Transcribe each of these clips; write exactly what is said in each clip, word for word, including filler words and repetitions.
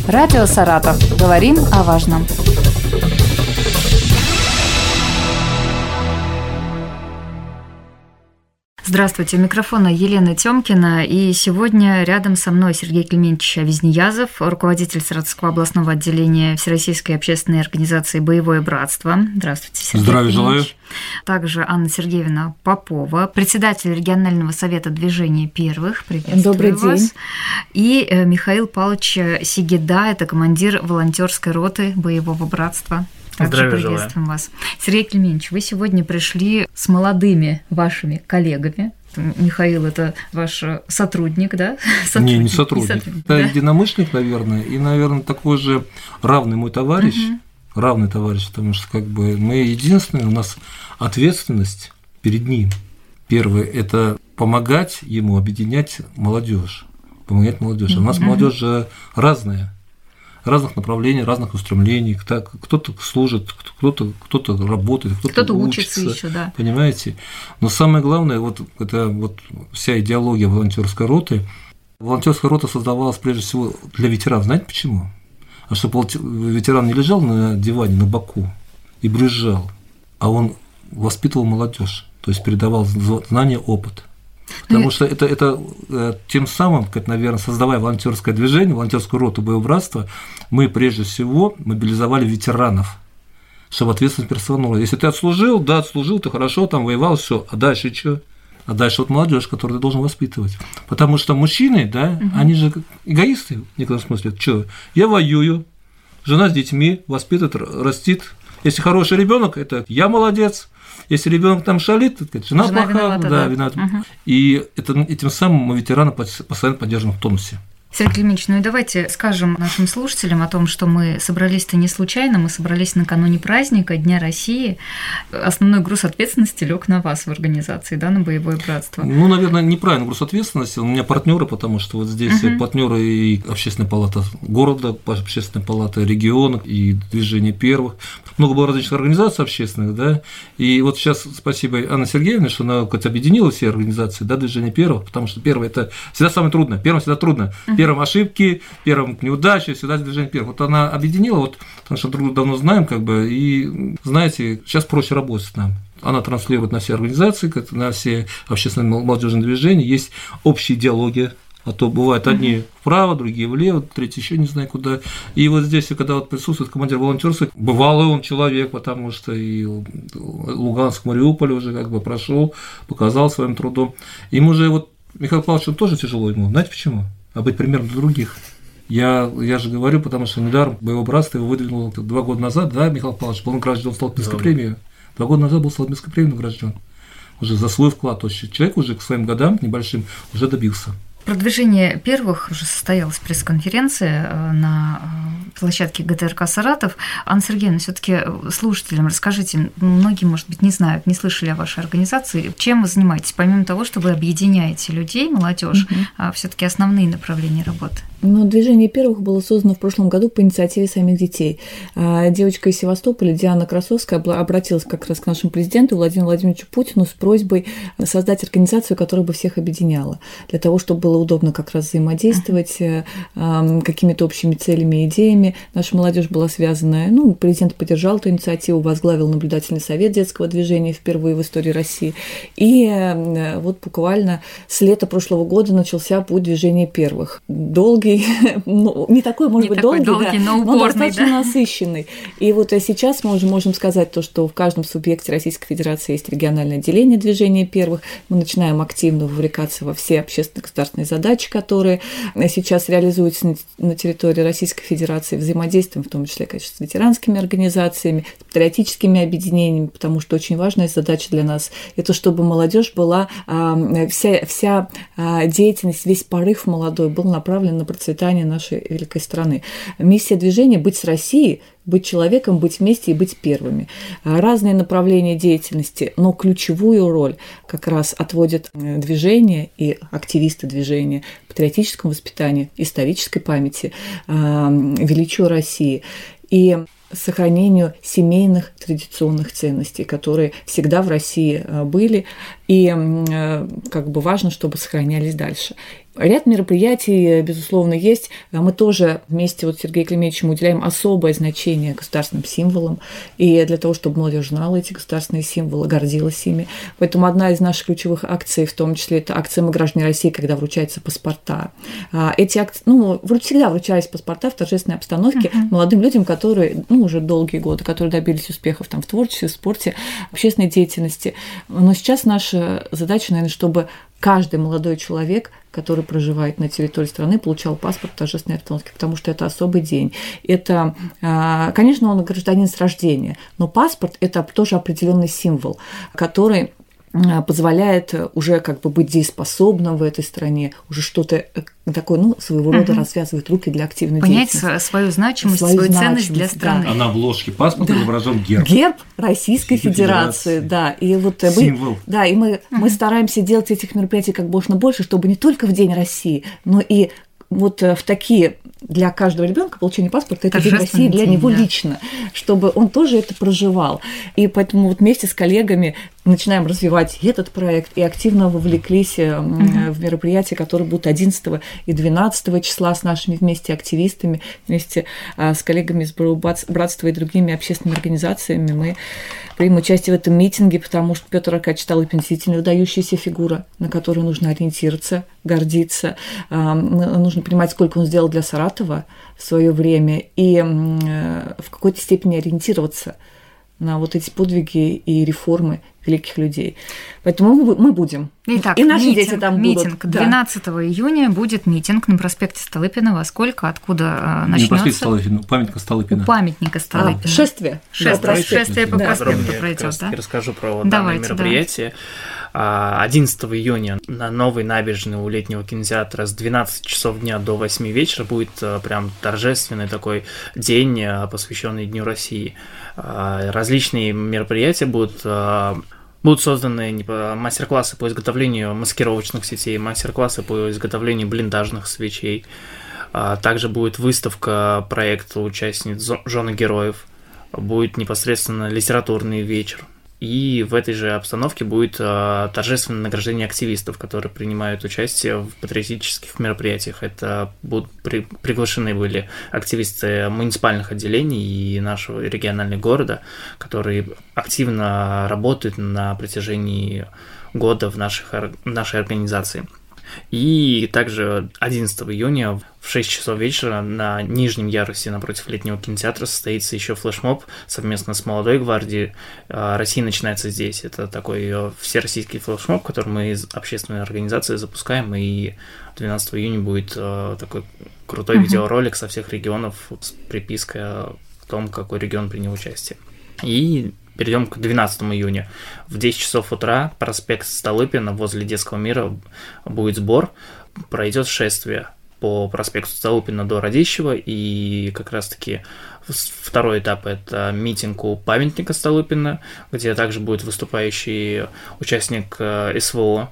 Радио «Саратов». Говорим о важном. Здравствуйте, у микрофона Елена Тёмкина, и сегодня рядом со мной Сергей Климентьевич Авизнеязов, руководитель Саратовского областного отделения Всероссийской общественной организации «Боевое братство». Здравствуйте, Сергей Здравия желаю. Также Анна Сергеевна Попова, председатель регионального совета движения первых. Приветствую Добрый вас. день. И Михаил Павлович Сигеда, это командир волонтерской роты «Боевого братства». Также Здравия приветствуем желаю. вас. Сергей Климентьевич, вы сегодня пришли с молодыми вашими коллегами. Михаил – это ваш сотрудник, да? Сотрудник, не, не сотрудник. Не сотрудник это да? единомышленник, наверное, и, наверное, такой же равный мой товарищ, угу. равный товарищ, потому что как бы мы единственные, у нас ответственность перед ним. Первое – это помогать ему объединять молодежь, помогать молодежи. У нас угу. молодежь же разная. Разных направлений, разных устремлений. Кто-то служит, кто-то, кто-то работает, кто-то, кто-то учится, учится еще, да. Понимаете? Но самое главное, вот это вот вся идеология волонтерской роты. Волонтерская рота создавалась прежде всего для ветеранов. Знаете почему? А чтобы ветеран не лежал на диване, на боку и брюзжал, а он воспитывал молодежь, то есть передавал знания, опыт. Потому ну, что это, это тем самым, как, наверное, создавая волонтерское движение, волонтерскую роту «Боевое братство», мы прежде всего мобилизовали ветеранов, чтобы ответственность персонала. Если ты отслужил, да, отслужил, ты хорошо, там воевал, все, а дальше что? А дальше вот молодежь, которую ты должен воспитывать. Потому что мужчины, да, угу. они же эгоисты в некотором смысле. Что? Я воюю, жена с детьми воспитывает, растит. Если хороший ребенок, это я молодец. Если ребенок там шалит, то жена, жена плохая, виновата, да, да. виновата. Угу. И это, этим самым мы ветерана постоянно поддерживаем в тонусе. Сергей Климентьевич, ну и давайте скажем нашим слушателям о том, что мы собрались-то не случайно, мы собрались накануне праздника Дня России. Основной груз ответственности лег на вас в организации, да, на «Боевое братство. Ну, наверное, неправильно груз ответственности. У меня партнеры, потому что вот здесь uh-huh. партнеры и Общественная палата города, Общественная палата региона и Движение первых. Много было различных организаций общественных, да. И вот сейчас спасибо Анне Сергеевне, что она хоть объединила все организации, да, Движение первых, потому что первое – это всегда самое трудное. Первым всегда трудно. Uh-huh. Первым ошибки, первым неудачи, всегда Движение первых. Вот она объединила, вот, потому что друг друга давно знаем, как бы, и, знаете, сейчас проще работать нам. Она транслирует на все организации, на все общественные молодежные движения, есть общая идеология, а то бывают одни uh-huh. вправо, другие влево, третьи еще не знаю куда. И вот здесь, когда вот присутствует командир волонтерства, бывалый он человек, потому что и Луганск, Мариуполь уже как бы прошел, показал своим трудом. Ему же вот Михаил Павлович тоже тяжело ему. Знаете почему? А быть примером для других. Я, я же говорю, потому что недаром «Боевое братство» его выдвинул два года назад, да, Михаил Павлович, был награжден Столыпинской да. премией. Два года назад был Столыпинской премией награжден. Уже за свой вклад. То есть человек уже к своим годам небольшим уже добился. Про «Движение первых» уже состоялась пресс-конференция на площадке ГТРК «Саратов». Анна Сергеевна, все-таки слушателям расскажите, многие, может быть, не знают, не слышали о вашей организации. Чем вы занимаетесь, помимо того, что вы объединяете людей, молодежь, угу. а все-таки основные направления работы? Ну, «Движение первых» было создано в прошлом году по инициативе самих детей. Девочка из Севастополя, Диана Красовская, обратилась как раз к нашему президенту Владимиру Владимировичу Путину с просьбой создать организацию, которая бы всех объединяла, для того, чтобы было удобно как раз взаимодействовать uh-huh. какими-то общими целями и идеями. Наша молодежь была связана, ну, президент поддержал эту инициативу, возглавил наблюдательный совет детского движения впервые в истории России. И вот буквально с лета прошлого года начался путь «Движения первых». Долгий, ну, не такой, может не быть, такой долгий, долгий, да, но упорный, но достаточно да? насыщенный. И вот сейчас мы уже можем сказать то, что в каждом субъекте Российской Федерации есть региональное отделение «Движения первых». Мы начинаем активно вовлекаться во все общественные государственные задачи, которые сейчас реализуются на территории Российской Федерации, взаимодействуем в том числе, конечно, с ветеранскими организациями, с патриотическими объединениями, потому что очень важная задача для нас – это чтобы молодежь была, вся, вся деятельность, весь порыв молодой был направлен на процветание нашей великой страны. Миссия движения – быть с Россией, быть человеком, быть вместе и быть первыми. Разные направления деятельности, но ключевую роль как раз отводят движение и активисты движения патриотическому воспитанию, исторической памяти, величию России и сохранению семейных традиционных ценностей, которые всегда в России были, и как бы важно, чтобы сохранялись дальше. Ряд мероприятий, безусловно, есть. Мы тоже вместе вот с Сергеем Клементьевичем уделяем особое значение государственным символам, и для того, чтобы молодежь знала эти государственные символы, гордилась ими. Поэтому одна из наших ключевых акций, в том числе, это акция «Мы граждане России», когда вручаются паспорта. Эти акции, ну, всегда вручались паспорта в торжественной обстановке uh-huh. молодым людям, которые, ну, уже долгие годы, которые добились успехов там в творчестве, в спорте, в общественной деятельности. Но сейчас наша задача, наверное, чтобы каждый молодой человек, который проживает на территории страны, получал паспорт в торжественной обстановке, потому что это особый день. Это, конечно, он гражданин с рождения, но паспорт – это тоже определенный символ, который позволяет уже как бы быть дееспособным в этой стране, уже что-то такое, ну, своего рода uh-huh. развязывает руки для активной Понять деятельности. Понять свою значимость, свою, свою ценность для страны. Да. А на обложке паспорта да. изображен герб. Герб Российской Федерации, Федерации, да. И вот символ. Мы, да, и мы, uh-huh. мы стараемся делать этих мероприятий как можно больше, чтобы не только в День России, но и вот в такие для каждого ребенка получение паспорта – это День России для день, него да. лично, чтобы он тоже это проживал. И поэтому вот вместе с коллегами начинаем развивать этот проект и активно вовлеклись uh-huh. в мероприятия, которые будут одиннадцатого и двенадцатого числа с нашими вместе активистами, вместе с коллегами из Братства и другими общественными организациями. Мы примем участие в этом митинге, потому что Петр Аркадьевич Столыпин действительно выдающаяся фигура, на которую нужно ориентироваться, гордиться. Нужно понимать, сколько он сделал для Саратова в свое время, и в какой-то степени ориентироваться на вот эти подвиги и реформы великих людей. Поэтому мы будем. Итак, и наши митинг, дети там митинг. будут. двенадцатого да. июня будет митинг на проспекте Столыпина. Во сколько? Откуда начнется? Не проспект Столыпина, памятника Столыпина. У памятника Столыпина. А, шествие. Шествие, да, шествие по да. проспекту пройдет, да? Расскажу про данное мероприятие. одиннадцатого июня на новой набережной у летнего кинотеатра с двенадцати часов дня до восьми вечера будет прям торжественный такой день, посвященный Дню России. Различные мероприятия будут... Будут созданы мастер-классы по изготовлению маскировочных сетей, мастер-классы по изготовлению блиндажных свечей. Также будет выставка проекта участниц «Жены героев». Будет непосредственно литературный вечер. И в этой же обстановке будет э, торжественное награждение активистов, которые принимают участие в патриотических мероприятиях. Это будут при, приглашены были активисты муниципальных отделений и нашего регионального города, которые активно работают на протяжении года в наших, нашей организации. И также одиннадцатого июня в шесть часов вечера на нижнем ярусе напротив летнего кинотеатра состоится еще флешмоб совместно с Молодой гвардией. Россия начинается здесь. Это такой всероссийский флешмоб, который мы из общественной организации запускаем, и двенадцатого июня будет такой крутой uh-huh. видеоролик со всех регионов с припиской о том, какой регион принял участие. И перейдем к двенадцатому июня. В десять часов утра проспект Столыпина возле Детского мира будет сбор. Пройдет шествие по проспекту Столыпина до Радищева. И как раз-таки второй этап – это митинг у памятника Столыпина, где также будет выступающий участник СВО,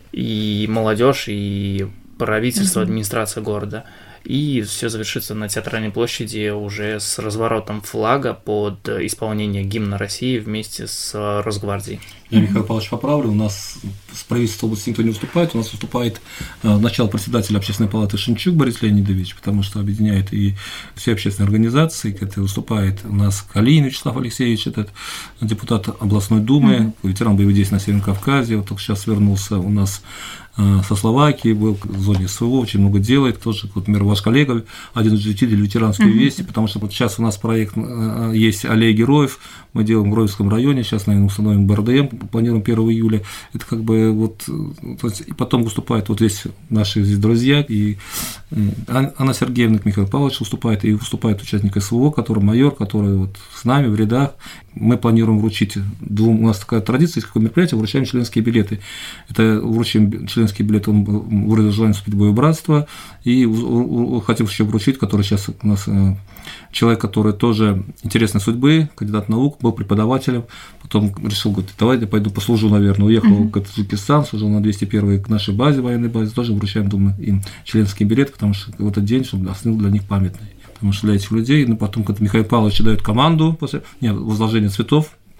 и молодежь, и правительство, администрация города. И все завершится на Театральной площади уже с разворотом флага под исполнение гимна России вместе с Росгвардией. Я, Михаил Павлович, поправлю, у нас с правительством области никто не выступает, у нас выступает э, начало председателя общественной палаты Шинчук Борис Леонидович, потому что объединяет и все общественные организации, это выступает у нас Калинин Вячеслав Алексеевич, этот депутат областной думы, mm-hmm. ветеран боевых действий на Северном Кавказе, вот только сейчас вернулся у нас со Словакии, был в зоне СВО, очень много делает, тоже, вот, например, ваш коллега, один из учителей ветеранской mm-hmm. вести, потому что вот сейчас у нас проект есть «Аллея героев», мы делаем в Гроевском районе, сейчас, наверное, установим БРДМ, планируем первого июля, это как бы вот, то есть, и потом выступают вот здесь наши здесь друзья, и Анна Сергеевна, Михаил Павлович выступает, и выступает участник СВО, который майор, который вот с нами в рядах. Мы планируем вручить двум, у нас такая традиция, есть какое мероприятие, вручаем членские билеты. Это вручаем членские билеты, он выразил желание вступить в боебратство, и хотим еще вручить, который сейчас у нас человек, который тоже интересной судьбы, кандидат наук, был преподавателем, потом решил, говорит, давай я пойду послужу, наверное, уехал mm-hmm. в Таджикистан, служил на двести первой к нашей базе, военной базе, тоже вручаем, думаю, им членский билет, потому что в этот день, чтобы остыл для них памятный. Потому что для этих людей, ну, потом, когда Михаил Павлович дает команду после нет, возложения цветов,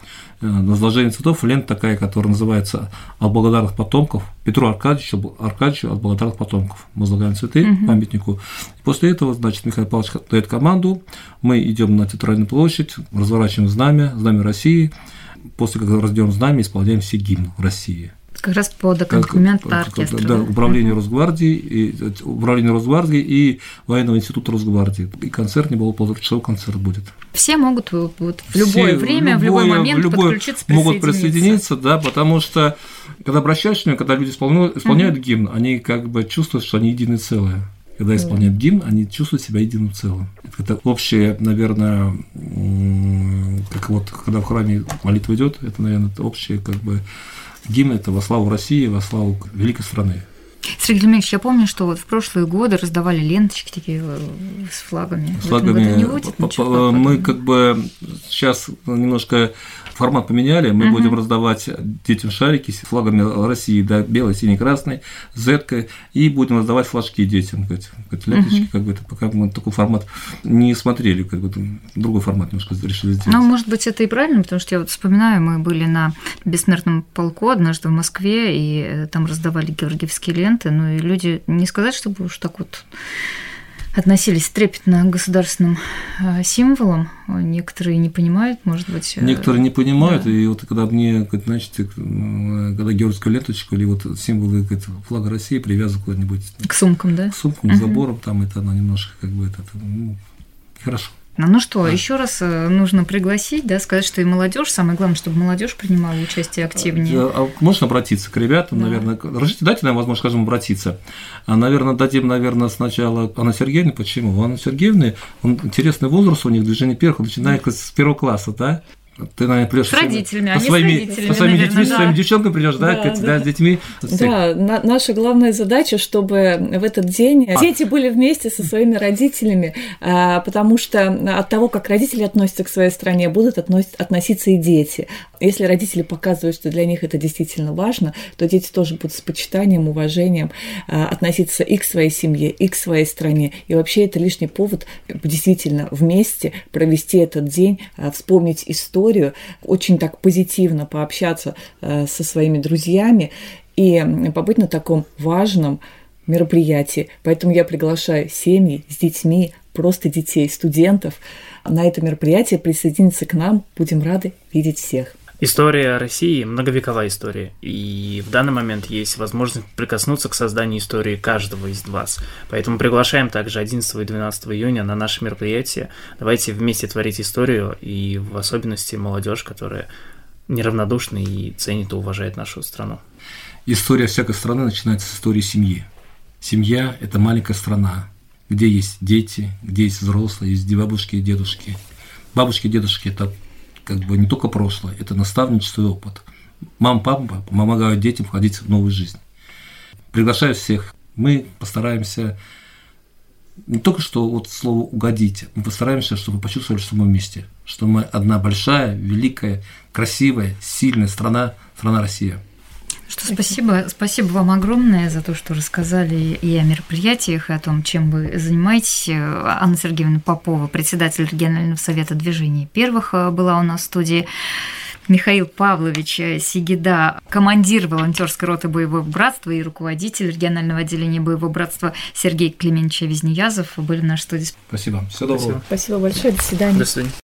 на возложение цветов лента такая, которая называется «От благодарных потомков», Петру Аркадьевичу, Аркадьевичу «От благодарных потомков». Мы возлагаем цветы uh-huh. памятнику. И после этого, значит, Михаил Павлович дает команду, мы идем на Театральную площадь, разворачиваем знамя, знамя России, после как раздерем знамя, исполняем все гимны России. Как раз под аккомпанемент оркестра. Да, управление uh-huh. Росгвардии, и, управление Росгвардии и Военного института Росгвардии. И концерт не был, полуторачасовой концерт будет. Все могут вот, в любое Все, время, в любой момент в любой подключиться, присоединиться. Могут присоединиться, да, потому что, когда обращаешься к ним, когда люди исполняют, исполняют uh-huh. гимн, они как бы чувствуют, что они единое целое. Когда исполняют гимн, они чувствуют себя единым целым. Это общее, наверное, как вот, когда в храме молитва идет, это, наверное, это общее, как бы, гимн – это во славу России, во славу великой страны. Сергей Климентьевич, я помню, что вот в прошлые годы раздавали ленточки такие с флагами. С флагами. Не будет ничего, мы как бы сейчас немножко формат поменяли, мы uh-huh. будем раздавать детям шарики с флагами России, да, белый, синий, красный, зеткой, и будем раздавать флажки детям, эти ленточки, uh-huh. как бы, это пока мы такой формат не смотрели, как бы другой формат немножко решили сделать. Ну, может быть, это и правильно, потому что я вот вспоминаю, мы были на Бессмертном полку однажды в Москве, и там раздавали георгиевские ленты, ну и люди, не сказать, чтобы уж так вот относились трепетно к государственным символам, некоторые не понимают, может быть. Некоторые не понимают, да. И вот когда мне, значит, когда георгиевскую ленточку или вот символы флага России привязывают куда-нибудь к сумкам, да? К сумкам, к заборам, там это оно немножко как бы это, ну, хорошо. Ну что, да. Еще раз нужно пригласить, да, сказать, что и молодежь, самое главное, чтобы молодежь принимала участие активнее. А можно обратиться к ребятам, да. Наверное. Разрешите, дайте нам, возможно, скажем, обратиться. А, наверное, дадим, наверное, сначала Анны Сергеевне. Почему? У Анны Сергеевны он, интересный возраст у них, движение первых, начинает с первого класса, да? Ты, наверное, придёшь с родителями, а не своими, с родителями, со своими наверное, детьми, да. со своими девчонками придешь, да, да, да. да, с детьми. Да, на, наша главная задача, чтобы в этот день а. дети были вместе со своими родителями, потому что от того, как родители относятся к своей стране, будут относиться и дети. Если родители показывают, что для них это действительно важно, то дети тоже будут с почитанием, уважением относиться и к своей семье, и к своей стране. И вообще это лишний повод действительно вместе провести этот день, вспомнить историю, очень так позитивно пообщаться со своими друзьями и побыть на таком важном мероприятии. Поэтому я приглашаю семьи с детьми, просто детей, студентов на это мероприятие присоединиться к нам. Будем рады видеть всех. История России – многовековая история, и в данный момент есть возможность прикоснуться к созданию истории каждого из вас. Поэтому приглашаем также одиннадцатого и двенадцатого июня на наше мероприятие. Давайте вместе творить историю, и в особенности молодежь, которая неравнодушна и ценит и уважает нашу страну. История всякой страны начинается с истории семьи. Семья – это маленькая страна, где есть дети, где есть взрослые, есть бабушки и дедушки. Бабушки и дедушки – это как бы не только прошлое, это наставничество и опыт. Мама, папа помогают детям входить в новую жизнь. Приглашаю всех. Мы постараемся не только что вот слово угодить, мы постараемся, чтобы вы почувствовали, что мы вместе, что мы одна большая, великая, красивая, сильная страна, страна Россия. Что, спасибо, спасибо вам огромное за то, что рассказали и о мероприятиях, и о том, чем вы занимаетесь. Анна Сергеевна Попова, председатель регионального совета движения первых, была у нас в студии. Михаил Павлович Сигида, командир волонтерской роты «Боевое братство» и руководитель регионального отделения «Боевого братства» Сергей Климентьевич Везнеязов были в нашей студии. Спасибо. Всего доброго. Спасибо большое. До свидания. До свидания.